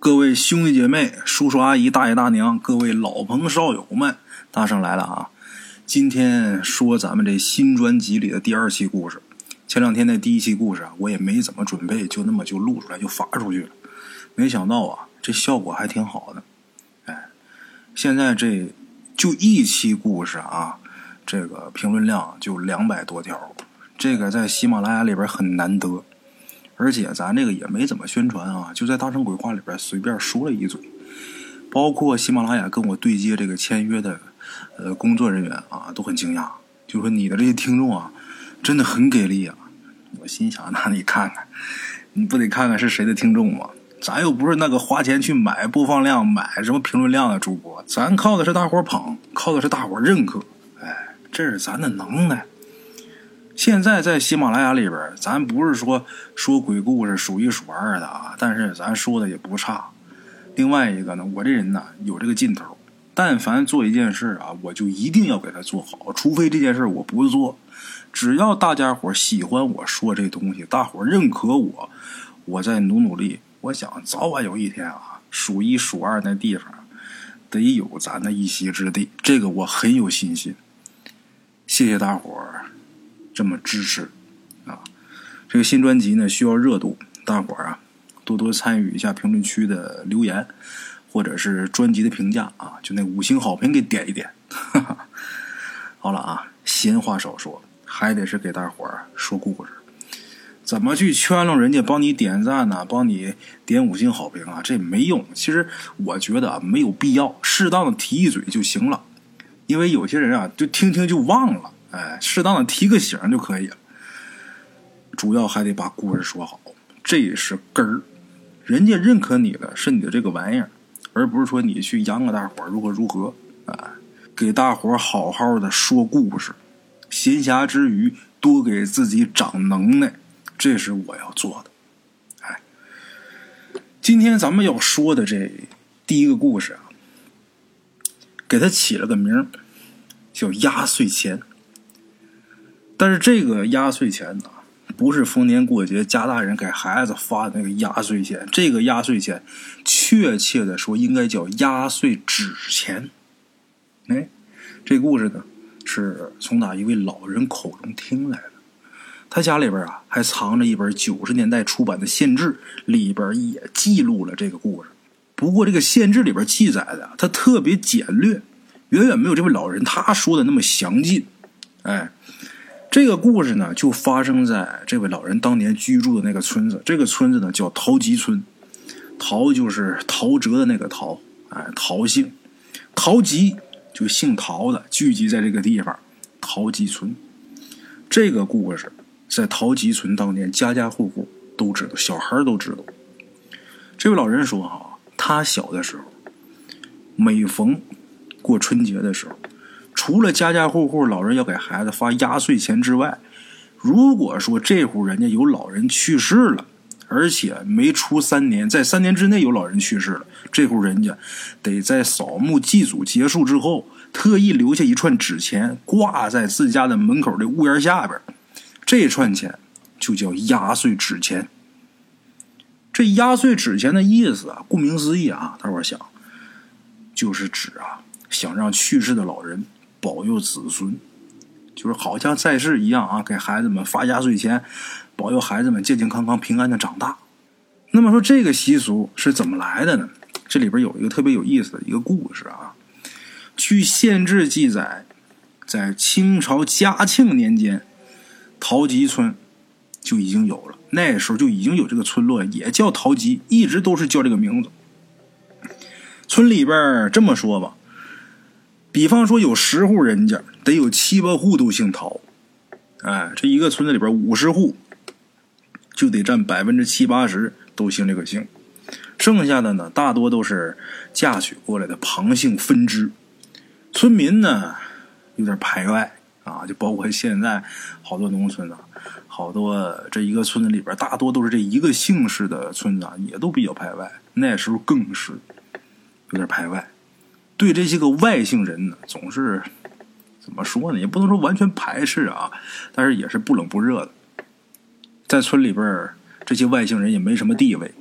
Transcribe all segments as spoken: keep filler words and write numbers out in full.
各位兄弟姐妹、叔叔阿姨、大爷大娘，各位老朋少友们，大圣来了啊！今天说咱们这新专辑里的第二期故事。前两天那第一期故事啊，我也没怎么准备，就那么就录出来就发出去了。没想到啊，这效果还挺好的。哎，现在这就一期故事啊，这个评论量就两百多条，这个在喜马拉雅里边很难得。而且咱这个也没怎么宣传啊，就在大圣鬼话里边随便说了一嘴。包括喜马拉雅跟我对接这个签约的呃工作人员啊，都很惊讶，就说你的这些听众啊，真的很给力啊。我心想，那你看看，你不得看看是谁的听众吗？咱又不是那个花钱去买播放量、买什么评论量的主播，咱靠的是大伙捧，靠的是大伙认可。哎，这是咱的能耐。现在在喜马拉雅里边，咱不是说说鬼故事数一数二的啊，但是咱说的也不差。另外一个呢，我这人呢有这个劲头，但凡做一件事啊，我就一定要给它做好，除非这件事我不做。只要大家伙喜欢我说这东西，大伙认可我，我再努努力，我想早晚有一天啊，数一数二那地方得有咱的一席之地，这个我很有信心。谢谢大伙儿这么支持啊！这个新专辑呢需要热度，大伙儿啊多多参与一下评论区的留言，或者是专辑的评价啊，就那五星好评给点一点。哈哈，好了啊，闲话少说，还得是给大伙儿说故事。怎么去圈拢人家帮你点赞呢、啊？帮你点五星好评啊？这没用。其实我觉得啊，没有必要，适当的提一嘴就行了。因为有些人啊，就听听就忘了。哎，适当的提个醒就可以了。主要还得把故事说好，这是根儿。人家认可你的是你的这个玩意儿，而不是说你去扬个大伙如何如何。哎，给大伙好好的说故事，闲暇之余多给自己长能耐，这是我要做的。哎，今天咱们要说的这第一个故事啊，给它起了个名叫压岁钱。但是这个压岁钱呢，不是逢年过节家大人给孩子发的那个压岁钱，这个压岁钱确切的说应该叫压岁纸钱。哎，这故事呢是从哪一位老人口中听来的。他家里边啊还藏着一本九十年代出版的县志，里边也记录了这个故事。不过这个县志里边记载的他特别简略，远远没有这位老人他说的那么详尽。哎，这个故事呢就发生在这位老人当年居住的那个村子，这个村子呢叫陶集村。陶就是陶喆的那个陶，哎，陶姓。陶集就姓陶的聚集在这个地方，陶集村。这个故事在陶集村当年家家户户都知道，小孩都知道。这位老人说哈，他小的时候每逢过春节的时候，除了家家户户老人要给孩子发压岁钱之外，如果说这户人家有老人去世了，而且没出三年，在三年之内有老人去世了，这户人家得在扫墓祭祖结束之后，特意留下一串纸钱挂在自家的门口的屋檐下边，这串钱就叫压岁纸钱。这压岁纸钱的意思啊，顾名思义啊，大伙儿想就是指啊想让去世的老人保佑子孙，就是好像在世一样啊，给孩子们发压岁钱，保佑孩子们健健康康平安的长大。那么说这个习俗是怎么来的呢？这里边有一个特别有意思的一个故事啊。据县志记载，在清朝嘉庆年间，陶集村就已经有了，那时候就已经有这个村落，也叫陶集，一直都是叫这个名字。村里边这么说吧，比方说有十户人家，得有七八户都姓陶。哎，这一个村子里边五十户，就得占百分之七八十都姓这个姓。剩下的呢，大多都是嫁娶过来的旁姓分支。村民呢，有点排外啊，就包括现在好多农村啊，好多这一个村子里边大多都是这一个姓氏的村子啊，也都比较排外。那时候更是有点排外。对这些个外姓人呢，总是怎么说呢，也不能说完全排斥啊，但是也是不冷不热的。在村里边这些外姓人也没什么地位，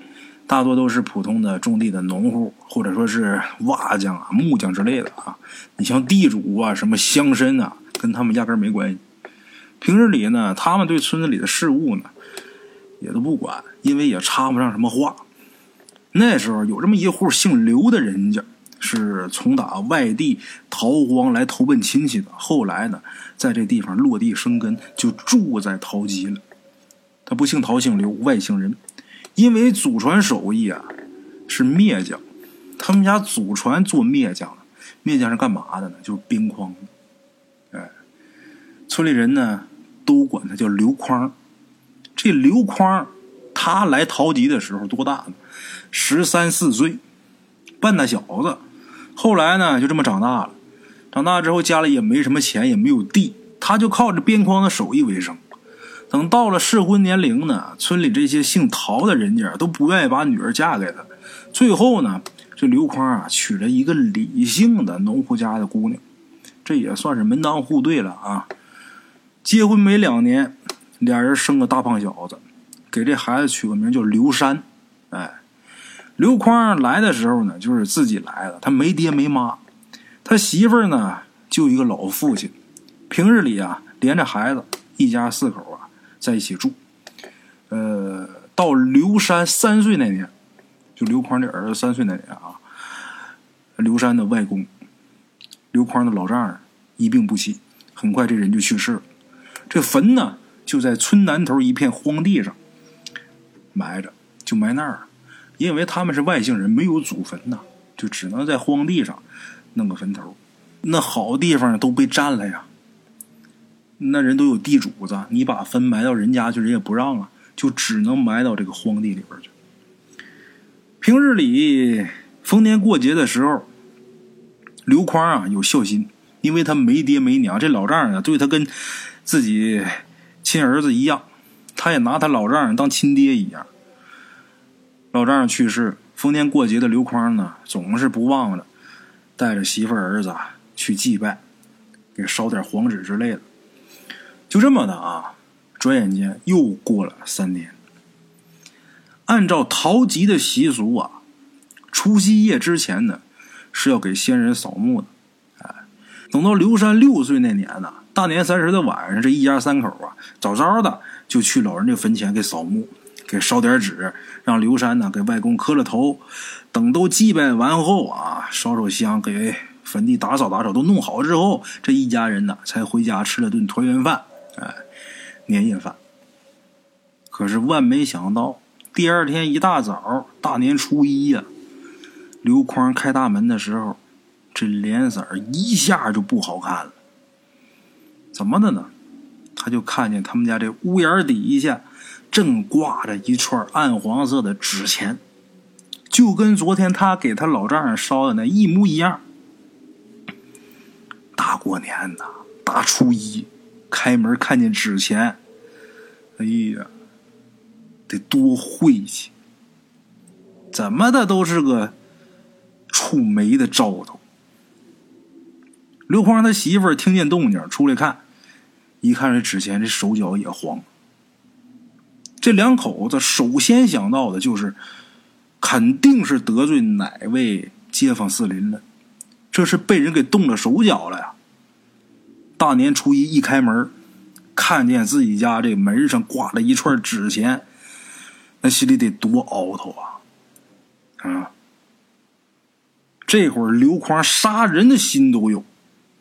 大多都是普通的种地的农户，或者说是瓦匠啊、木匠之类的啊。你像地主啊、什么乡绅啊，跟他们压根没关系。平日里呢，他们对村子里的事务呢也都不管，因为也插不上什么话。那时候有这么一户姓刘的人家，是从打外地逃荒来投奔亲戚的，后来呢在这地方落地生根，就住在陶集了。他不姓陶姓刘，外姓人，因为祖传手艺啊是篾匠，他们家祖传做篾匠的。篾匠是干嘛的呢？就是边框的。哎，村里人呢都管他叫刘框。这刘框他来陶集的时候多大呢？十三四岁，半大小子。后来呢就这么长大了，长大之后家里也没什么钱，也没有地，他就靠着边框的手艺为生。等到了适婚年龄呢，村里这些姓陶的人家都不愿意把女儿嫁给他。最后呢，这刘框啊娶了一个李姓的农户家的姑娘，这也算是门当户对了啊。结婚没两年，俩人生个大胖小子，给这孩子取个名叫刘山。哎，刘框来的时候呢，就是自己来的，他没爹没妈，他媳妇儿呢就一个老父亲，平日里啊连着孩子，一家四口啊在一起住。呃，到刘山三岁那年，就刘框的儿子三岁那年啊，刘山的外公，刘框的老丈人一病不起，很快这人就去世了。这坟呢就在村南头一片荒地上埋着，就埋那儿了。因为他们是外姓人，没有祖坟呐，就只能在荒地上弄个坟头。那好地方都被占了呀，那人都有地主子，你把坟埋到人家去，人也不让啊，就只能埋到这个荒地里边去。平日里逢年过节的时候，刘框啊有孝心，因为他没爹没娘，这老丈人啊对他跟自己亲儿子一样，他也拿他老丈人当亲爹一样。老丈人去世，逢年过节的刘框呢总是不忘了带着媳妇儿子啊去祭拜，给烧点黄纸之类的。就这么的啊，转眼间又过了三年。按照陶集的习俗啊，除夕夜之前呢是要给先人扫墓的。哎，等到刘山六岁那年呢，大年三十的晚上，这一家三口啊早早的就去老人这坟前给扫墓，给烧点纸，让刘山呢给外公磕了头。等都祭拜完后啊，烧烧香，给坟地打扫打扫都弄好之后，这一家人呢才回家吃了顿团圆饭，哎，年夜饭。可是万没想到，第二天一大早，大年初一呀、啊，刘框开大门的时候，这脸色一下就不好看了。怎么的呢？他就看见他们家这屋檐底下正挂着一串暗黄色的纸钱，就跟昨天他给他老丈人烧的那一模一样。大过年的，大初一开门看见纸钱，哎呀，得多晦气，怎么的都是个触霉的兆头。刘框他媳妇儿听见动静出来看，一看这纸钱，这手脚也慌。这两口子首先想到的就是肯定是得罪哪位街坊四邻了，这是被人给动了手脚了呀。大年初一一开门，看见自己家这门上挂了一串纸钱，那心里得多凹头啊！啊，这会儿刘框杀人的心都有。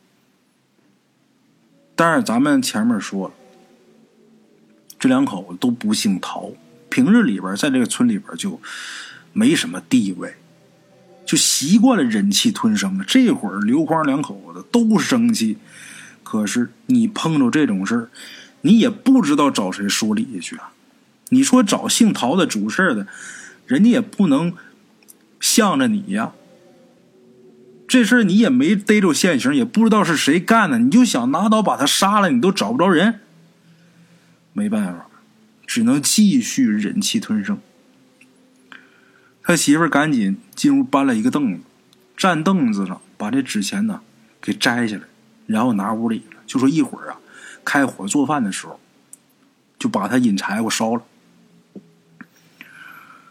但是咱们前面说了，这两口子都不姓陶，平日里边在这个村里边就没什么地位，就习惯了忍气吞声了。这会儿刘框两口子都生气，可是你碰着这种事儿，你也不知道找谁说理去啊。你说找姓陶的主事的，人家也不能向着你呀。这事儿你也没逮着现行，也不知道是谁干的，你就想拿刀把他杀了，你都找不着人。没办法，只能继续忍气吞声。他媳妇儿赶紧进屋搬了一个凳子，站凳子上把这纸钱呢给摘下来，然后拿屋里了，就说一会儿啊开火做饭的时候就把它引柴火烧了。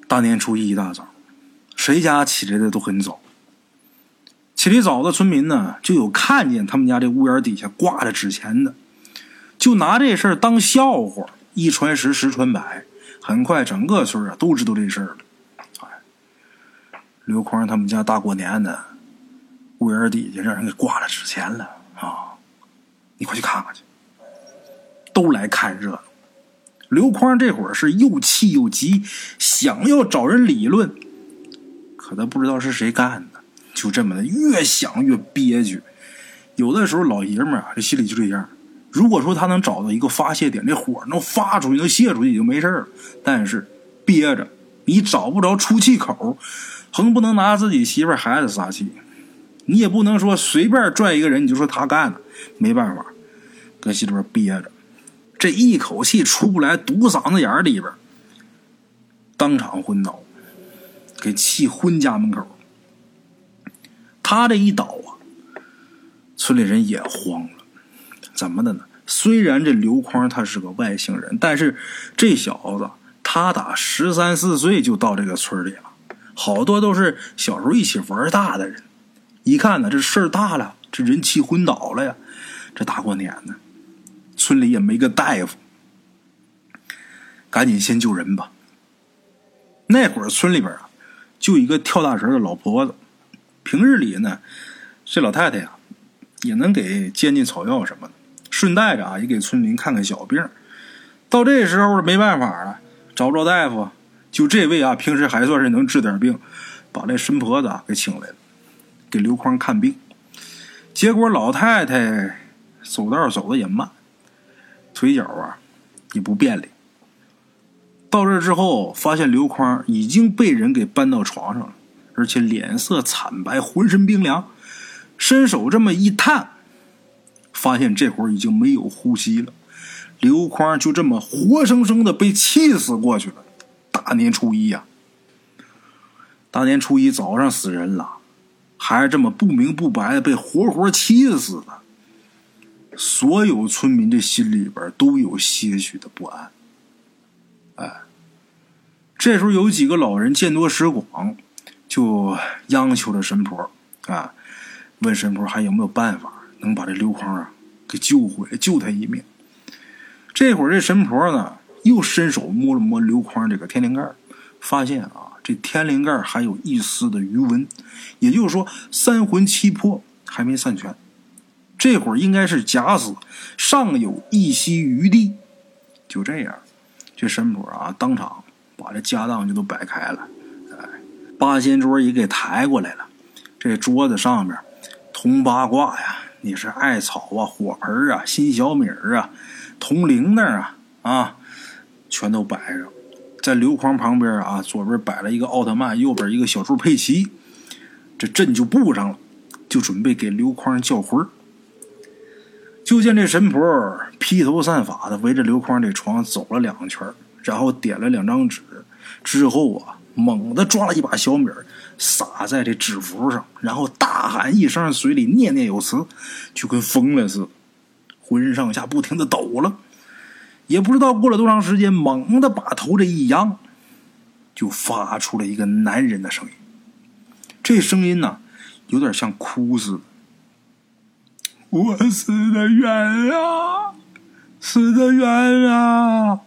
大年初一一大早，谁家起来的都很早。起得早的村民呢，就有看见他们家这屋檐底下挂着纸钱的，就拿这事儿当笑话，一传十，十传百，很快整个村啊都知道这事儿了。哎，刘匡他们家大过年的，屋檐底下让人给挂了纸钱了啊！你快去看看去。都来看热闹。刘匡这会儿是又气又急，想要找人理论，可他不知道是谁干的，就这么的越想越憋屈。有的时候老爷们儿啊，这心里就这样。如果说他能找到一个发泄点，这火能发出去，能泄出去也就没事了。但是憋着，你找不着出气口，横不能拿自己媳妇儿孩子撒气，你也不能说随便拽一个人你就说他干的，没办法，搁心里边憋着。这一口气出不来，堵嗓子眼里边，当场昏倒，给气昏家门口。他这一倒啊，村里人也慌了。怎么的呢？虽然这刘匡他是个外姓人，但是这小子他打十三四岁就到这个村里了，好多都是小时候一起玩大的人。一看呢，这事儿大了，这人气昏倒了呀，这大过年的。村里也没个大夫，赶紧先救人吧。那会儿村里边啊，就一个跳大神的老婆子，平日里呢，这老太太呀、啊，也能给煎煎草药什么的，顺带着啊，也给村民看看小病。到这时候没办法了，找不着大夫，就这位啊，平时还算是能治点病，把这神婆子啊给请来了，给刘匡看病。结果老太太走道走的也慢，腿脚啊也不便利。到这之后发现刘匡已经被人给搬到床上了，而且脸色惨白，浑身冰凉，伸手这么一探，发现这会儿已经没有呼吸了。刘匡就这么活生生的被气死过去了。大年初一呀、啊，大年初一早上死人了，还是这么不明不白的被活活气死的。所有村民这心里边都有些许的不安。哎，这时候有几个老人见多识广，就央求了神婆啊，问神婆还有没有办法能把这刘匡啊给救回来，救他一命。这会儿这神婆呢又伸手摸了摸刘匡这个天灵盖，发现啊这天灵盖还有一丝的余温，也就是说三魂七魄还没散全。这会儿应该是假死，尚有一息余地。就这样，这神婆啊当场把这家当就都摆开了，哎，八仙桌也给抬过来了。这桌子上面铜八卦呀，你是艾草啊、火盆啊、新小米啊、铜铃铛啊啊，全都摆上。在刘匡旁边啊，左边摆了一个奥特曼，右边一个小猪佩奇，这阵就布上了，就准备给刘匡叫魂儿。就见这神婆披头散发的围着刘匡这床走了两圈，然后点了两张纸，之后啊猛地抓了一把小米撒在这纸符上，然后大喊一声，嘴里念念有词，就跟疯了似的，浑身上下不停的抖了。也不知道过了多长时间，猛地把头这一扬，就发出了一个男人的声音。这声音呢有点像哭似的，我死得冤啊，死得冤啊！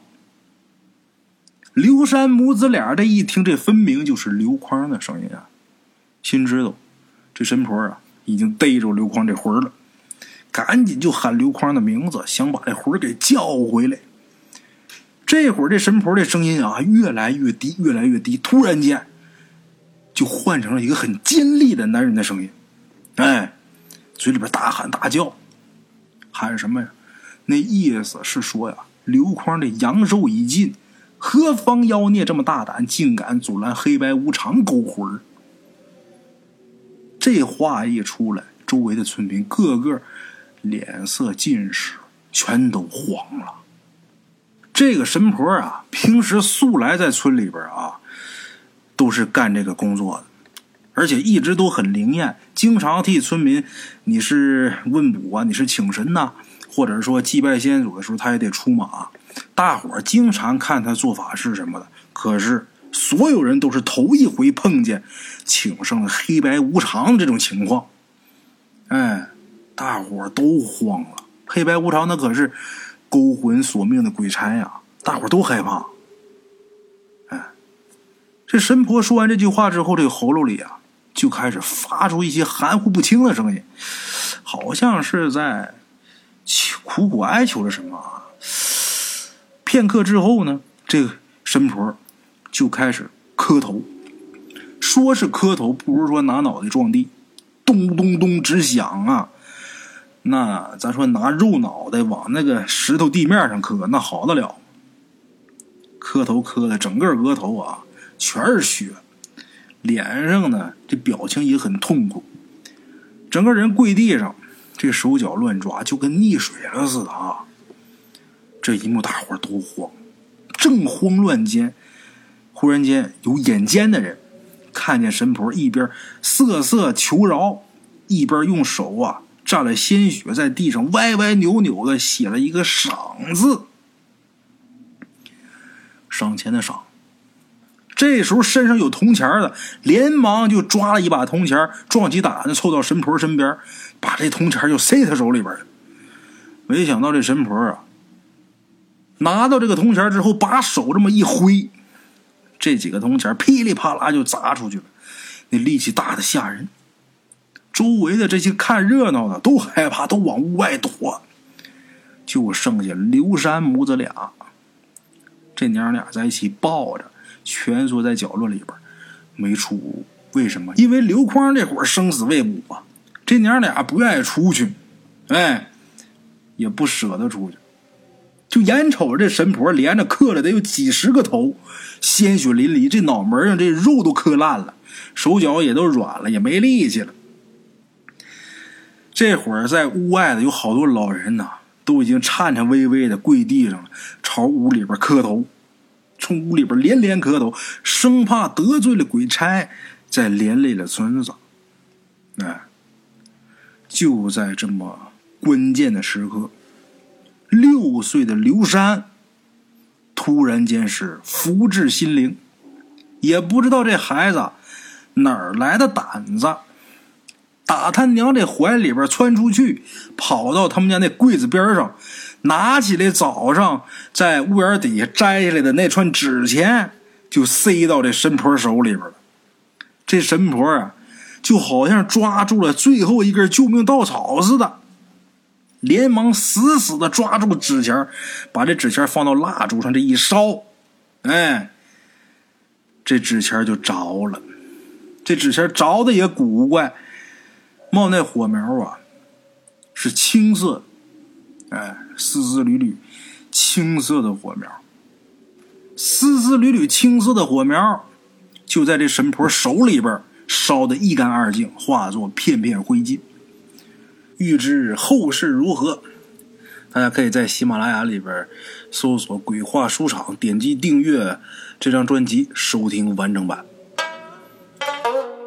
刘山母子俩这一听，这分明就是刘匡的声音啊，心知道这神婆啊已经逮着刘匡这魂了，赶紧就喊刘匡的名字，想把这魂给叫回来。这会儿这神婆这声音啊越来越低，越来越低，突然间就换成了一个很尖利的男人的声音，哎，嘴里边大喊大叫，喊什么呀？那意思是说呀，刘匡这阳寿已尽，何方妖孽这么大胆，竟敢阻拦黑白无常勾魂？这话一出来，周围的村民个个脸色尽失，全都慌了。这个神婆啊，平时素来在村里边啊，都是干这个工作的，而且一直都很灵验，经常替村民，你是问卜啊，你是请神呐、啊，或者说祭拜先祖的时候，他也得出马。大伙儿经常看他做法事什么的，可是所有人都是头一回碰见请上了黑白无常这种情况。哎，大伙都慌了，黑白无常那可是勾魂索命的鬼差啊，大伙都害怕。哎，这神婆说完这句话之后，这个喉咙里啊就开始发出一些含糊不清的声音，好像是在苦苦哀求着什么啊。片刻之后呢，这个神婆就开始磕头，说是磕头，不如说拿脑袋撞地，咚咚咚直响啊。那咱说拿肉脑袋往那个石头地面上磕，那好得了。磕头磕的整个额头啊全是血，脸上呢这表情也很痛苦，整个人跪地上，这手脚乱抓，就跟溺水了似的啊。这一幕大伙都慌，正慌乱间，忽然间有眼尖的人看见神婆一边瑟瑟求饶，一边用手啊蘸了鲜血在地上歪歪扭扭的写了一个赏字。赏钱的赏。这时候身上有铜钱的连忙就抓了一把铜钱，壮起胆子凑到神婆身边，把这铜钱就塞他手里边了。没想到这神婆啊拿到这个铜钱之后，把手这么一挥，这几个铜钱噼里啪啦就砸出去了，那力气大的吓人。周围的这些看热闹的都害怕，都往屋外躲，就剩下刘山母子俩。这娘俩在一起抱着蜷缩在角落里边没出屋。为什么？因为刘匡这会儿生死未卜啊，这娘俩不愿意出去，哎，也不舍得出去，就眼瞅着这神婆连着磕了得有几十个头，鲜血淋漓，这脑门上这肉都磕烂了，手脚也都软了，也没力气了。这会儿在屋外的有好多老人呐、啊，都已经颤颤巍巍的跪地上了，朝屋里边磕头，从屋里边连连磕头，生怕得罪了鬼差，再连累了村子。哎，就在这么关键的时刻，六岁的刘山突然间是福至心灵，也不知道这孩子哪儿来的胆子，打他娘这怀里边窜出去，跑到他们家那柜子边上，拿起来早上在屋檐底下摘下来的那串纸钱，就塞到这神婆手里边了。这神婆啊就好像抓住了最后一根救命稻草似的，连忙死死的抓住纸钱，把这纸钱放到蜡烛上这一烧，哎，这纸钱就着了。这纸钱着的也古怪，冒那火苗啊是青色，哎，丝丝缕缕青色的火苗，丝丝缕缕青色的火苗就在这神婆手里边烧得一干二净，化作片片灰烬。欲知后事如何，大家可以在喜马拉雅里边搜索鬼话书场，点击订阅这张专辑收听完整版。